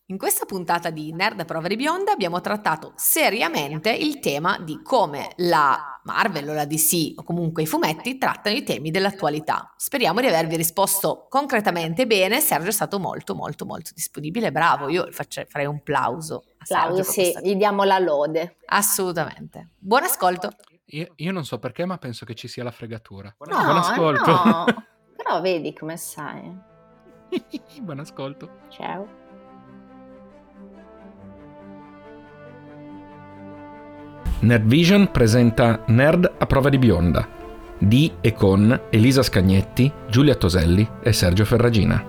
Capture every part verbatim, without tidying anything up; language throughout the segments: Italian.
In questa puntata di Nerd a prova di bionda abbiamo trattato seriamente il tema di come la Marvel o la D C o comunque i fumetti trattano i temi dell'attualità. Speriamo di avervi risposto concretamente bene. Sergio è stato molto molto molto disponibile, bravo. Io faccio, farei un plauso a Sergio Plauso, per sì, questa gli diamo la lode. Assolutamente. Buon ascolto. Io, io non so perché, ma penso che ci sia la fregatura. No, Buon ascolto. no, però vedi come sai. Buon ascolto. Ciao. Nerdvision presenta Nerd a prova di bionda, di e con Elisa Scagnetti, Giulia Toselli e Sergio Ferragina.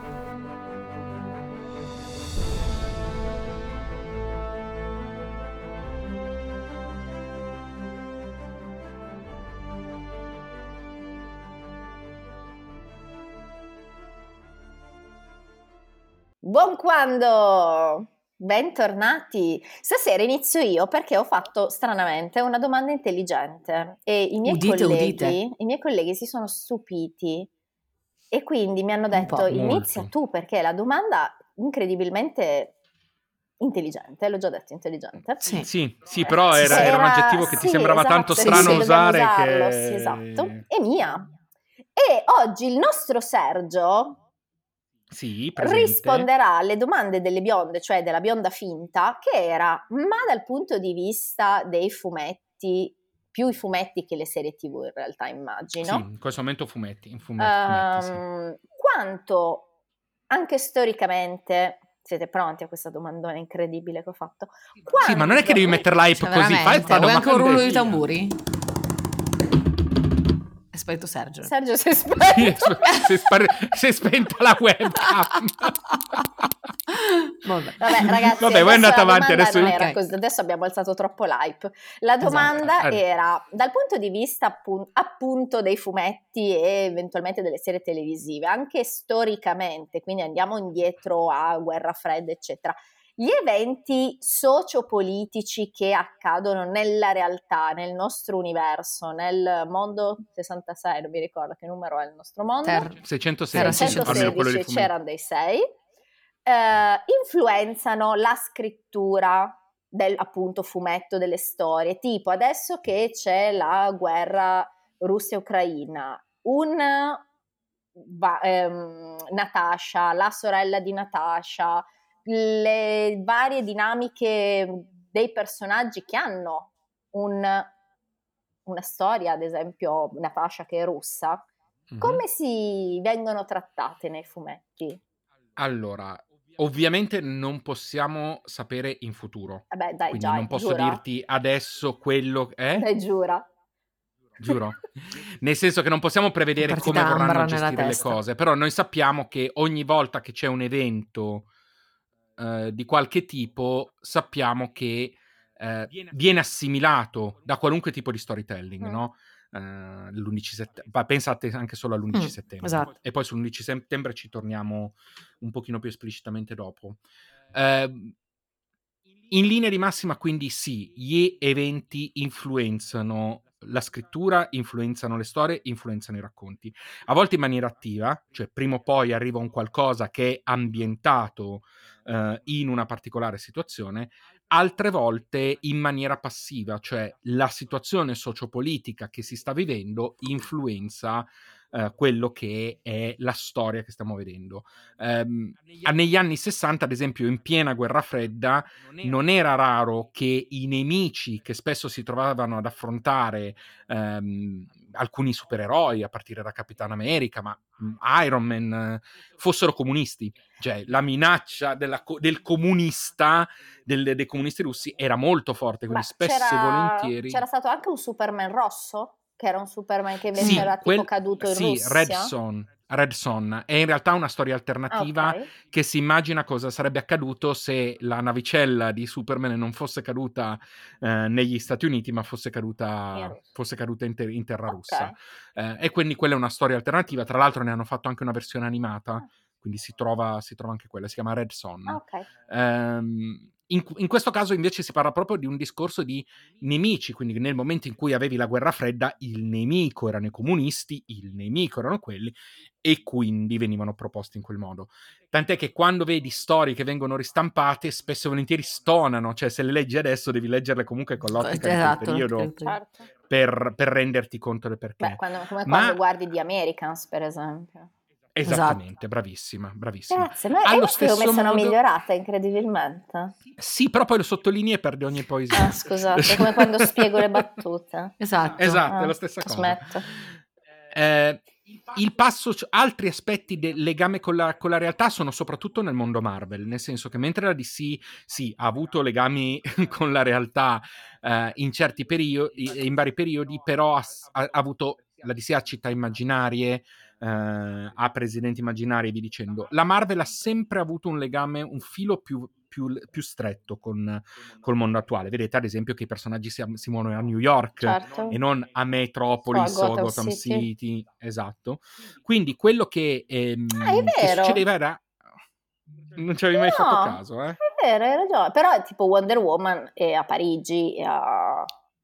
Buon quando! Bentornati! Stasera inizio io perché ho fatto stranamente una domanda intelligente e i miei, Udite, colleghi, udite. i miei colleghi si sono stupiti e quindi mi hanno Un detto po', inizia molto. tu perché la domanda incredibilmente intelligente, l'ho già detto intelligente. Sì. Sì, sì, però Sì, era, sì. era un aggettivo che ti sì, sembrava esatto, tanto e strano quindi dobbiamo usare usarlo, che... sì, esatto. È mia. E oggi il nostro Sergio Sì, presente. risponderà alle domande delle bionde, cioè della bionda finta, che era, ma dal punto di vista dei fumetti, più i fumetti che le serie tv in realtà immagino, Sì, in questo momento fumetti, in fumetti, fumetti, sì. ehm, quanto anche storicamente, siete pronti a questa domandona incredibile che ho fatto? Sì, ma non è che devi Quando- mettere l'hype Cioè, così, fai veramente. sta Vuoi domanda anche un rullo e di via. tamburi? È sparito Sergio. Sergio si è Sì, spento. si è, spar- si è spenta la webcam. Vabbè. Vabbè, ragazzi, Vabbè, voi adesso andate la avanti, domanda adesso non io- era Ok. così, adesso abbiamo alzato troppo l'hype. La Esatto. domanda Ah, era, dal punto di vista appun- appunto dei fumetti e eventualmente delle serie televisive, anche storicamente, quindi andiamo indietro a Guerra Fredda, eccetera, gli eventi sociopolitici che accadono nella realtà, nel nostro universo, nel mondo sessantasei, non mi ricordo che numero è il nostro mondo, Ter- seicentosedici, Terra almeno quello dei seicentosedici, fumetti. c'erano dei sei, eh, influenzano la scrittura del appunto fumetto delle storie, tipo adesso che c'è la guerra Russia-Ucraina, un va, ehm, Natasha, la sorella di Natasha, le varie dinamiche dei personaggi che hanno un, una storia, ad esempio Natasha che è russa, Mhm. come si vengono trattate nei fumetti? Allora, ovviamente non possiamo sapere in futuro. Vabbè, dai, Quindi dai, non posso giura? dirti adesso quello... Eh? Dai, giura. Giuro. Nel senso che non possiamo prevedere Partita come vorranno ambra nella gestire le testa. cose, però noi sappiamo che ogni volta che c'è un evento eh, di qualche tipo, sappiamo che eh, viene assimilato da qualunque tipo di storytelling, Mm. no? Uh, l'undici settembre, pensate anche solo all'undici Mm, settembre, esatto. e poi sull'undici settembre ci torniamo un pochino più esplicitamente dopo. Uh, in linea di massima, quindi sì, gli eventi influenzano la scrittura, influenzano le storie, influenzano i racconti. A volte in maniera attiva, cioè prima o poi arriva un qualcosa che è ambientato uh, in una particolare situazione, altre volte in maniera passiva, cioè la situazione sociopolitica che si sta vivendo influenza uh, quello che è la storia che stiamo vedendo. Um, negli anni sessanta, ad esempio, in piena guerra fredda, non era raro che i nemici che spesso si trovavano ad affrontare um, alcuni supereroi, a partire da Capitan America, ma Iron Man, fossero comunisti. Cioè, la minaccia della, del comunista, del, dei comunisti russi, era molto forte, quindi Ma spesso c'era, e volentieri... c'era stato anche un Superman rosso? Che era un Superman che invece Sì, era tipo quel, caduto in sì, Red Russia? Son, Red Son è in realtà una storia Ah, alternativa ok. che si immagina cosa sarebbe accaduto se la navicella di Superman non fosse caduta eh, negli Stati Uniti, ma fosse caduta, In- fosse caduta in, ter- in terra Ok. russa. Eh, e quindi quella è una storia alternativa. Tra l'altro ne hanno fatto anche una versione animata, Ah, quindi si trova, si trova anche quella, si chiama Red Son. ok. Ehm, In, in questo caso invece si parla proprio di un discorso di nemici, quindi nel momento in cui avevi la guerra fredda il nemico erano i comunisti, il nemico erano quelli, e quindi venivano proposti in quel modo. Tant'è che quando vedi storie che vengono ristampate spesso e volentieri stonano, cioè se le leggi adesso devi leggerle comunque con l'ottica Esatto, di quel periodo Certo. per, per renderti conto del perché. Beh, quando, come Ma quando guardi The Americans, per esempio. esattamente, Esatto. bravissima, bravissima. Grazie, ma e Allo vedi come stesso sono modo, migliorata incredibilmente? sì, però poi lo sottolinei e perde ogni poesia. Ah, scusate, è come quando spiego le battute. Esatto. Esatto, è Ah, la stessa cosa. smetto. Eh, il passo, altri aspetti del legame con la, con la realtà sono soprattutto nel mondo Marvel, nel senso che mentre la D C sì, ha avuto legami con la realtà eh, in certi periodi, in vari periodi, però ha, ha avuto, la D C ha città immaginarie, eh, ha presidenti immaginari e via dicendo. La Marvel ha sempre avuto un legame, un filo più Più, più stretto con col mondo attuale. Vedete ad esempio che i personaggi si, si muovono a New York, Certo. e non a Metropolis O a o a Gotham Gotham City. City. Esatto. Quindi quello che, ehm, Ah, è che vero. succedeva era... Non ci avevi mai fatto No, caso, eh? è vero, hai ragione. Però è tipo Wonder Woman è a Parigi, è a...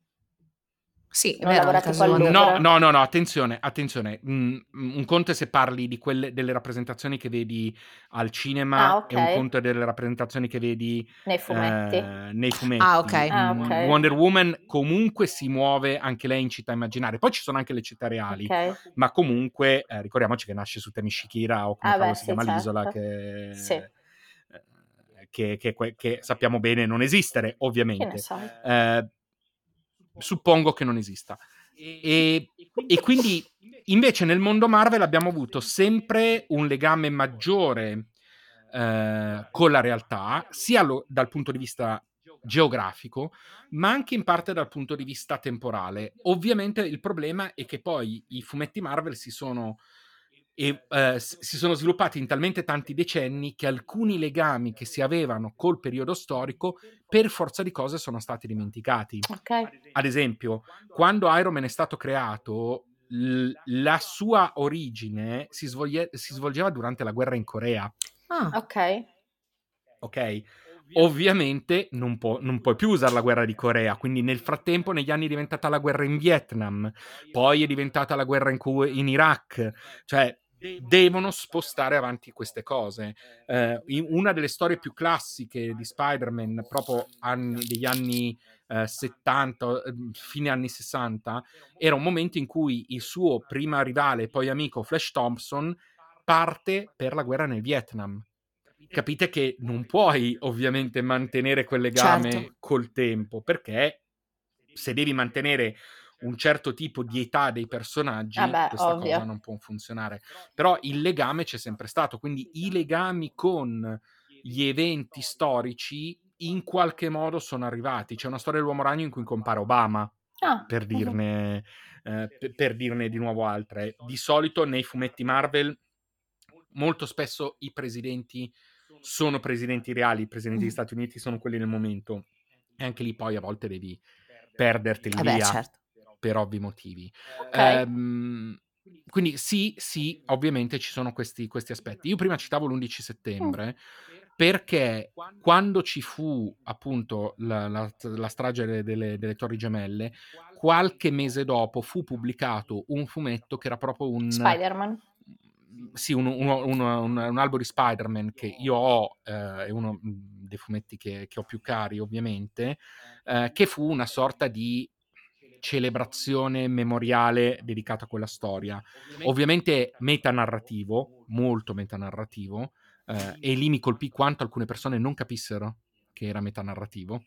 Sì, è non vero, nel lavora caso tipo di al Wonder No, Louvre. no, no, no, attenzione, attenzione. Mm, un conto è se parli di quelle delle rappresentazioni che vedi al cinema, Ah, ok. e un conto è delle rappresentazioni che vedi Nei fumetti. eh, nei fumetti. Ah, ok. Ah, Mm, ok. Wonder Woman comunque si muove anche lei in città immaginarie. Poi ci sono anche le città reali, Ok. ma comunque eh, ricordiamoci che nasce su Temishikira, o come Ah, cavolo beh, si sì, chiama l'isola, certo. che... Sì. eh, Che, che, che sappiamo bene non esistere, Che ne ovviamente. sai? Eh, suppongo che non esista. E, e quindi invece nel mondo Marvel abbiamo avuto sempre un legame maggiore eh, con la realtà, sia lo, dal punto di vista geografico, ma anche in parte dal punto di vista temporale. Ovviamente il problema è che poi i fumetti Marvel si sono e eh, si sono sviluppati in talmente tanti decenni che alcuni legami che si avevano col periodo storico per forza di cose sono stati dimenticati. Ok. Ad esempio, quando Iron Man è stato creato, l- la sua origine si, svolge- si svolgeva durante la guerra in Corea. Ah, Ok. Ok? Ovviamente non, può, non puoi più usare la guerra di Corea, quindi nel frattempo negli anni è diventata la guerra in Vietnam, poi è diventata la guerra in, Ku- in Iraq, cioè devono spostare avanti queste cose. Eh, in una delle storie più classiche di Spider-Man, proprio anni, degli anni eh, settanta, eh, fine anni sessanta, era un momento in cui il suo prima rivale e poi amico Flash Thompson parte per la guerra nel Vietnam. Capite che non puoi ovviamente mantenere quel legame certo. col tempo, perché se devi mantenere un certo tipo di età dei personaggi, Vabbè, questa ovvio. cosa non può funzionare. Però il legame c'è sempre stato, quindi i legami con gli eventi storici in qualche modo sono arrivati. C'è una storia dell'Uomo Ragno in cui compare Obama, Ah, per mhm. dirne, eh, per, per dirne di nuovo altre. Di solito nei fumetti Marvel molto spesso i presidenti sono presidenti reali, i presidenti degli Stati Uniti sono quelli del momento, e anche lì poi a volte devi perderteli Eh beh, via certo. per ovvi motivi. Ok. Ehm, quindi sì, sì, ovviamente ci sono questi, questi aspetti. Io prima citavo l'undici Mm. settembre perché quando ci fu appunto la, la, la strage delle, delle, delle Torri Gemelle, qualche mese dopo fu pubblicato un fumetto che era proprio un... Spider-Man. Sì, un, un, un, un, un albo di Spider-Man che io ho, eh, è uno dei fumetti che, che ho più cari ovviamente, eh, che fu una sorta di celebrazione memoriale dedicata a quella storia. Ovviamente metanarrativo, molto metanarrativo, eh, e lì mi colpì quanto alcune persone non capissero che era metanarrativo.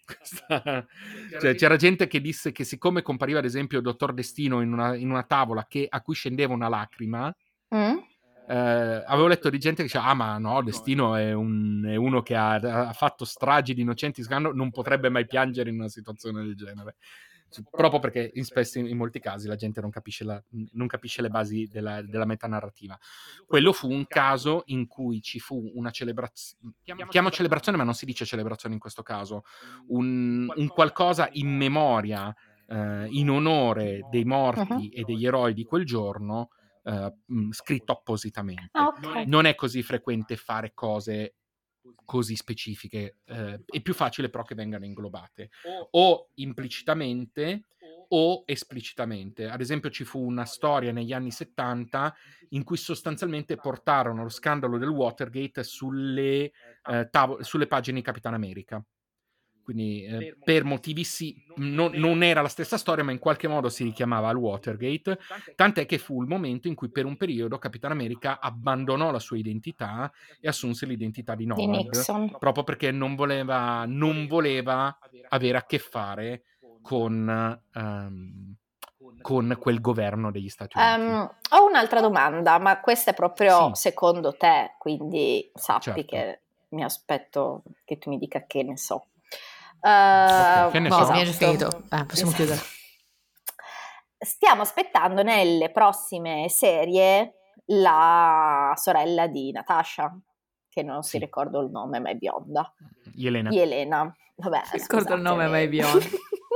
Cioè, c'era gente che disse che siccome compariva ad esempio il Dottor Destino in una, in una tavola che, a cui scendeva una lacrima, Mm? eh, avevo letto di gente che diceva: ah, ma no, Destino è, un, è uno che ha, ha fatto stragi di innocenti, non potrebbe mai piangere in una situazione del genere. Proprio perché in, spesso, in molti casi la gente non capisce, la, non capisce le basi della, della metanarrativa. Quello fu un caso in cui ci fu una celebrazione, chiamo celebrazione ma non si dice celebrazione in questo caso, un, un qualcosa in memoria, eh, in onore dei morti Mhm. e degli eroi di quel giorno, Uh, scritto appositamente. Ah, ok. Non è così frequente fare cose così specifiche. Eh, è più facile però che vengano inglobate o implicitamente o esplicitamente. Ad esempio ci fu una storia negli anni settanta in cui sostanzialmente portarono lo scandalo del Watergate sulle, eh, tav- sulle pagine di Capitan America. Quindi eh, per motivi sì, non, non era la stessa storia, ma in qualche modo si richiamava al Watergate, tant'è che fu il momento in cui per un periodo Capitan America abbandonò la sua identità e assunse l'identità di Di Nomad, Nixon. proprio perché non voleva, non voleva avere a che fare con, um, con quel governo degli Stati Uniti. Um, ho un'altra domanda, ma questa è proprio Sì. secondo te, quindi sappi Certo. che mi aspetto che tu mi dica che ne so. Uh, Ok, che ne boh, so? mi è già finito. Eh, possiamo Esatto. chiudere. Stiamo aspettando nelle prossime serie la sorella di Natasha, che non Sì. si ricordo il nome, ma è bionda. Elena. Yelena. Vabbè, Si ricorda il nome, ma è scusatemi. bionda.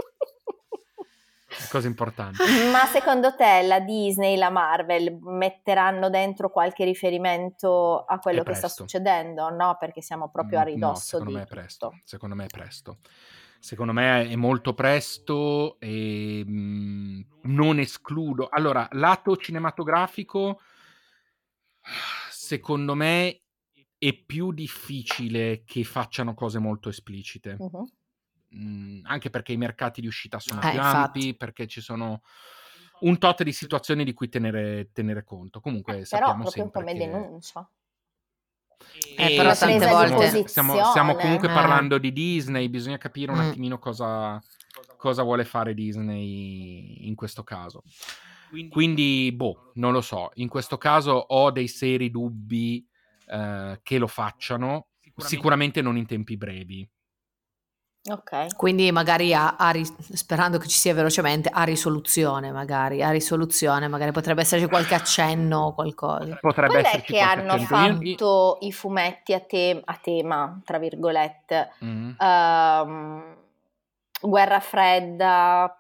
Cosa importante. Ma secondo te la Disney, la Marvel metteranno dentro qualche riferimento a quello È che sta presto. succedendo? No, perché siamo proprio a ridosso No, secondo di me è tutto. presto. Secondo me è presto. Secondo me è molto presto e mh, non escludo. Allora, lato cinematografico, secondo me è più difficile che facciano cose molto esplicite. Uh-huh. Mm, anche perché i mercati di uscita sono Eh, più infatti. ampi, perché ci sono un tot di situazioni di cui tenere, tenere conto. Comunque Però sappiamo proprio sempre come che... denuncia. Eh, però Eh, sì, tante presa di volte- stiamo, stiamo, stiamo comunque Eh. parlando di Disney, bisogna capire un Mm. attimino cosa, cosa vuole fare Disney in questo caso. Quindi, boh, non lo so. In questo caso ho dei seri dubbi eh, che lo facciano, sicuramente non in tempi brevi. Ok. Quindi magari a, a ri- sperando che ci sia velocemente, a risoluzione magari, a risoluzione magari potrebbe esserci qualche accenno o qualcosa. Potrebbe Quando è esserci che qualche hanno accento. Io- fatto i fumetti a, te- a tema, tra virgolette, io- Mm. ehm, Guerra Fredda,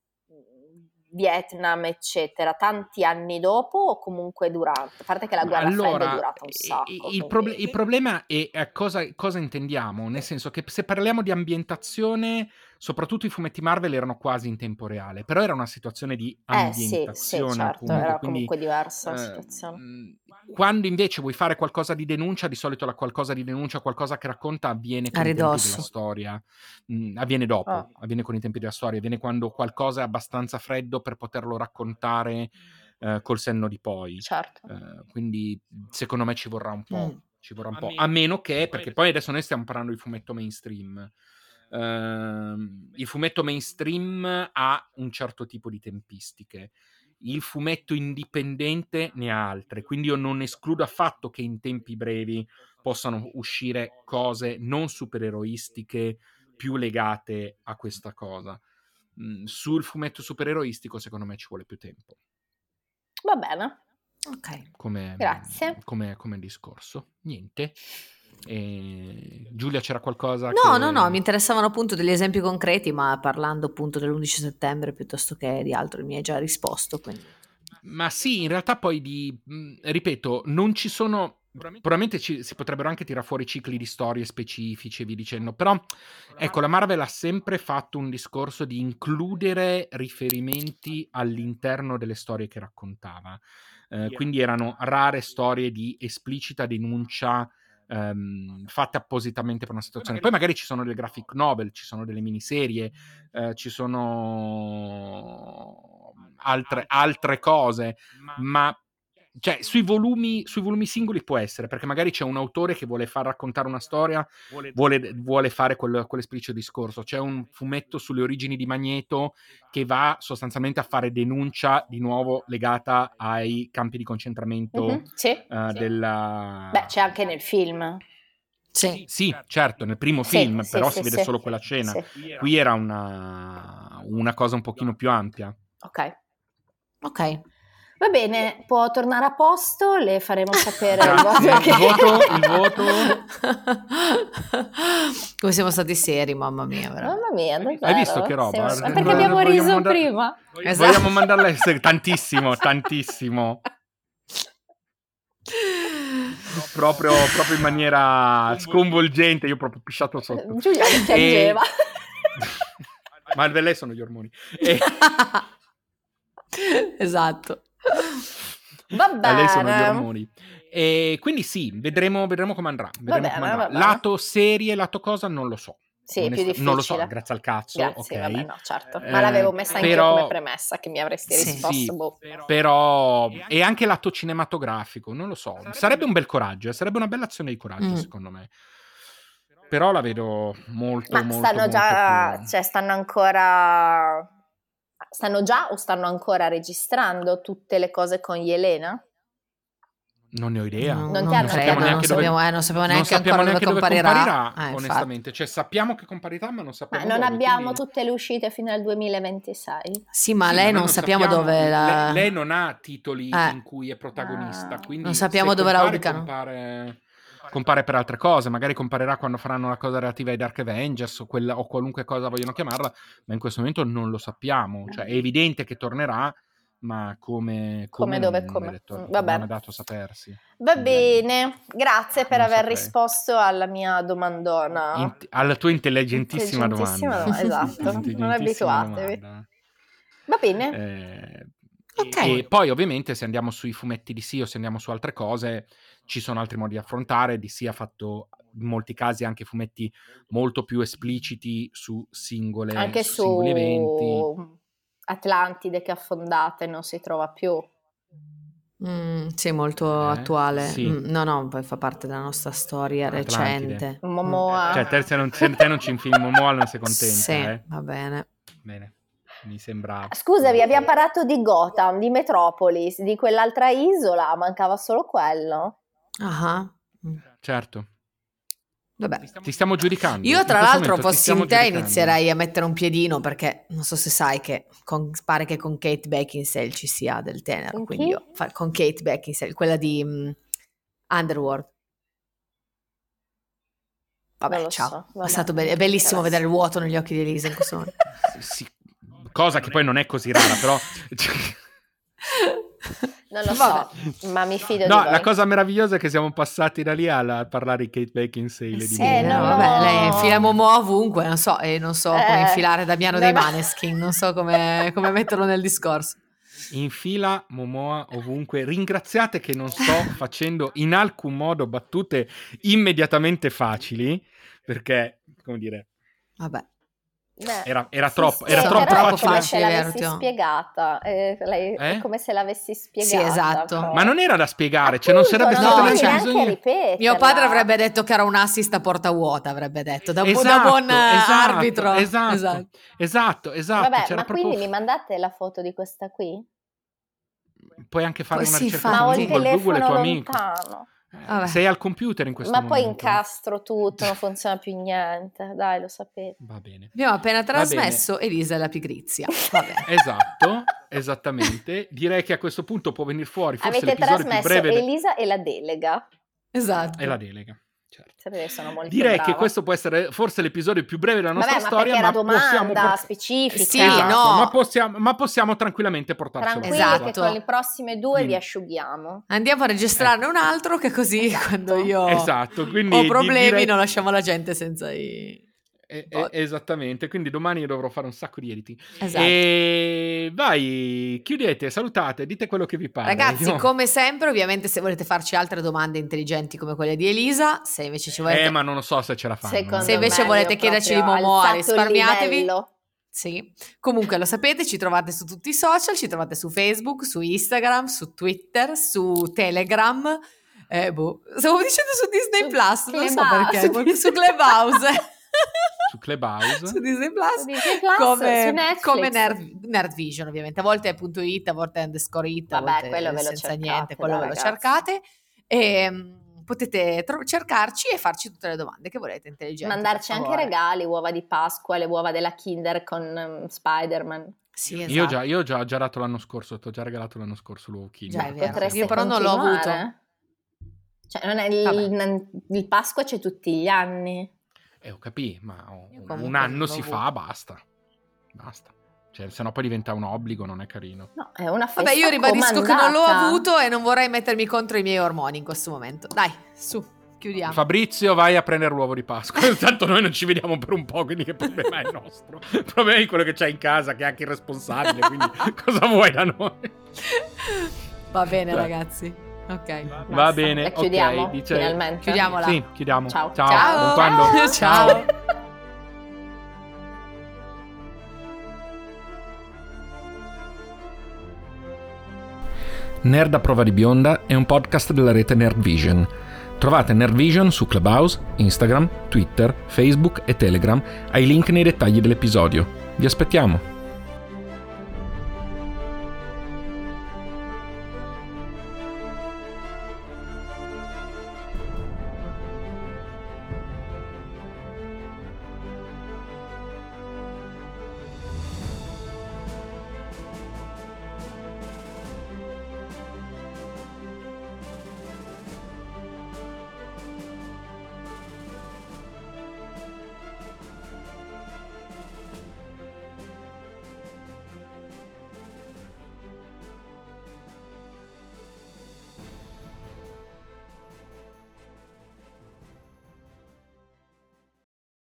Vietnam, eccetera, tanti anni dopo o comunque durante? A parte che la Guerra Fredda è Allora, durata un eh, sacco. il, quindi- proble- il problema è eh, cosa, cosa intendiamo, nel senso che se parliamo di ambientazione, soprattutto i fumetti Marvel erano quasi in tempo reale, però era una situazione di Eh sì, sì, ambientazione, certo, appunto, era quindi comunque diversa la eh, situazione. mh, quando invece vuoi fare qualcosa di denuncia, di solito la qualcosa di denuncia, qualcosa che racconta avviene A con i tempi ridosso. della storia, Mh, avviene dopo, Ah. avviene con i tempi della storia, avviene quando qualcosa è abbastanza freddo per poterlo raccontare eh, col senno di poi. Certo. Uh, quindi secondo me ci vorrà un po', Mm. ci vorrà un po', a meno che, perché poi adesso noi stiamo parlando di fumetto mainstream. Uh, il fumetto mainstream ha un certo tipo di tempistiche, il fumetto indipendente ne ha altre, quindi io non escludo affatto che in tempi brevi possano uscire cose non supereroistiche più legate a questa cosa. Mm, sul fumetto supereroistico secondo me ci vuole più tempo. Va bene. Ok. Come, Grazie. come, come discorso. Niente. E... Giulia, c'era qualcosa No, che... no, no, mi interessavano appunto degli esempi concreti, ma parlando appunto dell'undici settembre piuttosto che di altro mi hai già risposto, quindi... Ma sì, in realtà poi di... mh, ripeto, non ci sono... Probabilmente ci, si potrebbero anche tirare fuori cicli di storie specifici e via dicendo, però ecco, la Marvel ha sempre fatto un discorso di includere riferimenti all'interno delle storie che raccontava. Eh, quindi erano rare storie di esplicita denuncia ehm, fatte appositamente per una situazione. Poi magari ci sono delle graphic novel, ci sono delle miniserie, eh, ci sono altre, altre cose, ma cioè sui volumi, sui volumi singoli può essere, perché magari c'è un autore che vuole far raccontare una storia, vuole, vuole fare quel, quell'esplicito discorso. C'è un fumetto sulle origini di Magneto che va sostanzialmente a fare denuncia di nuovo legata ai campi di concentramento Mhm, sì, uh, sì. della... Beh, c'è anche nel film. Sì. Sì, certo, nel primo Sì, film, sì, però sì, si vede sì. solo quella scena. Sì. Qui era una, una cosa un pochino più ampia. Ok. Ok. Va bene, può tornare a posto, le faremo sapere Grazie. il voto. Il voto, il voto. Come siamo stati seri, mamma mia, veramente. Mamma mia, davvero? Hai visto che roba? Siamo- Eh, Perché abbiamo vogliamo riso mandar- prima. Esatto. Vogliamo mandarla a essere tantissimo, tantissimo. proprio, proprio in maniera sconvolgente, io proprio pisciato sotto. Giulia mi piangeva. E... ma lei sono gli ormoni. E... esatto. Va a lei sono gli bene. ormoni. E quindi sì, vedremo, vedremo come andrà. Vedremo bene, come andrà. va bene. Lato serie, lato cosa, non lo so. Sì, è più Onesta- difficile. non lo so, grazie al cazzo, Grazie, ok. vabbè, no, certo. Eh, Ma l'avevo messa anche però- io come premessa, che mi avresti Sì. risposto. Sì, boh. però e anche lato cinematografico, non lo so. Sarebbe un bel coraggio, eh, sarebbe una bella azione di coraggio, Mm. secondo me. Però la vedo molto, Ma molto, stanno molto già, più... cioè stanno ancora, stanno già o stanno ancora registrando tutte le cose con Yelena? Non ne ho idea. No, Non non ti hanno credo, detto? non neanche dove- sappiamo, eh, non sappiamo non neanche sappiamo ancora neanche dove dove comparirà. comparirà, Eh, infatti. onestamente. Cioè, sappiamo che comparirà, ma non sappiamo Ma non dove, abbiamo quindi- tutte le uscite fino al duemilaventisei? Sì, ma Sì, lei noi non sappiamo dove la... lei, lei non ha titoli Eh. in cui è protagonista, Ah. quindi Non sappiamo se dove la compare, ubicano. compare, compare per altre cose, magari comparirà quando faranno la cosa relativa ai Dark Avengers o, quella, o qualunque cosa vogliono chiamarla, ma in questo momento non lo sappiamo. Cioè, è evidente che tornerà, ma come, Come, come dove, non, come. Non, è detto- Mm, va bene. non è dato sapersi. Va Quindi, bene, grazie per non aver saprei. risposto alla mia domandona. in- alla tua intelligentissima, Intelligentissima domanda. domanda, esatto. Non Intelligentissima abituatevi. domanda. Va bene. Eh, Ok. E poi ovviamente se andiamo sui fumetti D C o se andiamo su altre cose ci sono altri modi di affrontare. D C ha fatto in molti casi anche fumetti molto più espliciti su singole Anche su su singoli eventi. Atlantide che affondate non si trova più. Mm, sì, molto Eh, attuale. sì. Mm, no, no, poi fa parte della nostra storia Atlantide. recente. Momoa. Cioè te, se non, se te non ci infili Momoa non sei contenta, Sì, eh? va bene. Bene, mi sembra... Scusami, abbiamo parlato di Gotham, di Metropolis, di quell'altra isola, mancava solo quello. Ah, mm. Certo. Vabbè. Ti stiamo giudicando. Io In tra questo l'altro momento ti fossi stiamo in te giudicando. inizierei a mettere un piedino perché non so se sai che con, pare che con Kate Beckinsale ci sia del tenero, Con quindi chi? io fa- con Kate Beckinsale, quella di mm, Underworld. Vabbè, Non lo ciao. so, è vabbè, stato be- non è mi bellissimo interessa. vedere il vuoto negli occhi di Elisa in questo momento. Sì, cosa che poi non è così rara, però... Non lo Vabbè. so, ma mi fido No, di voi. la cosa meravigliosa è che siamo passati da lì alla- a parlare di Kate Beckinsale. di Sì, Eh, no, no, vabbè, no. lei infila Momoa ovunque, non so, e non so come Eh, infilare Damiano non dei ho- Maneskin, non so come, come metterlo nel discorso. Infila Momoa ovunque. Ringraziate che non sto facendo in alcun modo battute immediatamente facili, perché, come dire, Vabbè. Beh, era, era si troppo, era spiega- troppo però troppo è come facile. se facile, l'avessi vero, Teo? spiegata. eh, lei- È Eh? come se l'avessi spiegata. Sì, esatto. però. Ma non era da spiegare, cioè non Appunto, sarebbe non stato no, devi neanche cioè, neanche bisogno... ripeterla. Mio padre avrebbe detto che era un assist a porta vuota, avrebbe detto, da, bu- da Esatto, buon eh, esatto, arbitro. esatto, Esatto. esatto, esatto, Vabbè, c'era ma proprio... quindi mi mandate la foto di questa qui? Puoi anche fare Poi una sì, ricerca infatti. Ma ho con il Google, Google è telefono tuo amico. lontano. Eh, Vabbè. Sei al computer in questo Ma poi momento. incastro tutto, non funziona più niente. Dai, lo sapete. Va bene. Abbiamo appena Va trasmesso Elisa e la pigrizia. Va bene. Esatto, esattamente. Direi che a questo punto può venire fuori forse Avete l'episodio più trasmesso breve de- Elisa e la delega. Esatto. è la delega. Certo. Sapete, sono molto Direi brava. che questo può essere forse l'episodio più breve della nostra Vabbè, ma storia, perché era ma possiamo domanda port- specifica. Sì, Esatto, no. ma possiamo, ma possiamo tranquillamente portarcelo Tranquilli a Esatto. che casa. con le prossime due Quindi- vi asciughiamo. Andiamo a registrarne un altro che così Esatto. quando io Esatto, quindi ho di- problemi direi- non lasciamo la gente senza i... Eh, eh, esattamente, quindi domani dovrò fare un sacco di editing. Esatto. E vai, chiudete, salutate, dite quello che vi pare. Ragazzi, Io- come sempre, ovviamente se volete farci altre domande intelligenti come quelle di Elisa, se invece ci volete... Eh, ma non lo so se ce la fanno. Secondo Se invece me volete io chiederci di proprio ho Momoa, alzato il risparmiatevi. livello. Sì, comunque lo sapete, ci trovate su tutti i social, ci trovate su Facebook, su Instagram, su Twitter, su Telegram, eh, boh, stavo dicendo su Disney Su Plus, non so Clubhouse. perché, qualche- su Clubhouse, Su Clubhouse. su Disney Plus, Su Disney Plus, come, su Netflix. come Nerd, Nerdvision ovviamente, a volte è punto .it, a volte è underscore it, a Vabbè, volte quello ve lo senza cercate, niente, quello dai, ve lo ragazzi. cercate e mm, potete tro- cercarci e farci tutte le domande che volete intelligenti. Mandarci per anche favore. regali, uova di Pasqua, le uova della Kinder con um, Spider-Man. Sì, esatto. Io già, io già, già dato l'anno scorso, ti ho già regalato l'anno scorso l'uovo Kinder. Già, è vero. Potreste Io però non l'ho continuare. avuto. Cioè, non è il, Vabbè. il Pasqua c'è tutti gli anni. Eh, ho capito, ma ho- Io comunque un non anno l'ho si avuto. fa, basta. Basta. Cioè, se no poi diventa un obbligo, non è carino. No, è una festa Vabbè, io ribadisco comandata. che non l'ho avuto e non vorrei mettermi contro i miei ormoni in questo momento. Dai, su, chiudiamo. Fabrizio, vai a prendere l'uovo di Pasqua. Intanto noi non ci vediamo per un po', quindi che problema è il nostro? Il problema è quello che c'hai in casa, che è anche il responsabile, quindi cosa vuoi da noi? Va bene, ragazzi. Ok. Va Basta, bene, la chiudiamo, ok. Dice... finalmente. Chiudiamola. Sì, chiudiamo. Ciao. Ciao. Ciao. Buon quando. Ciao. Nerd a prova di bionda è un podcast della rete Nerd Vision. Trovate Nerd Vision su Clubhouse, Instagram, Twitter, Facebook e Telegram ai link nei dettagli dell'episodio. Vi aspettiamo!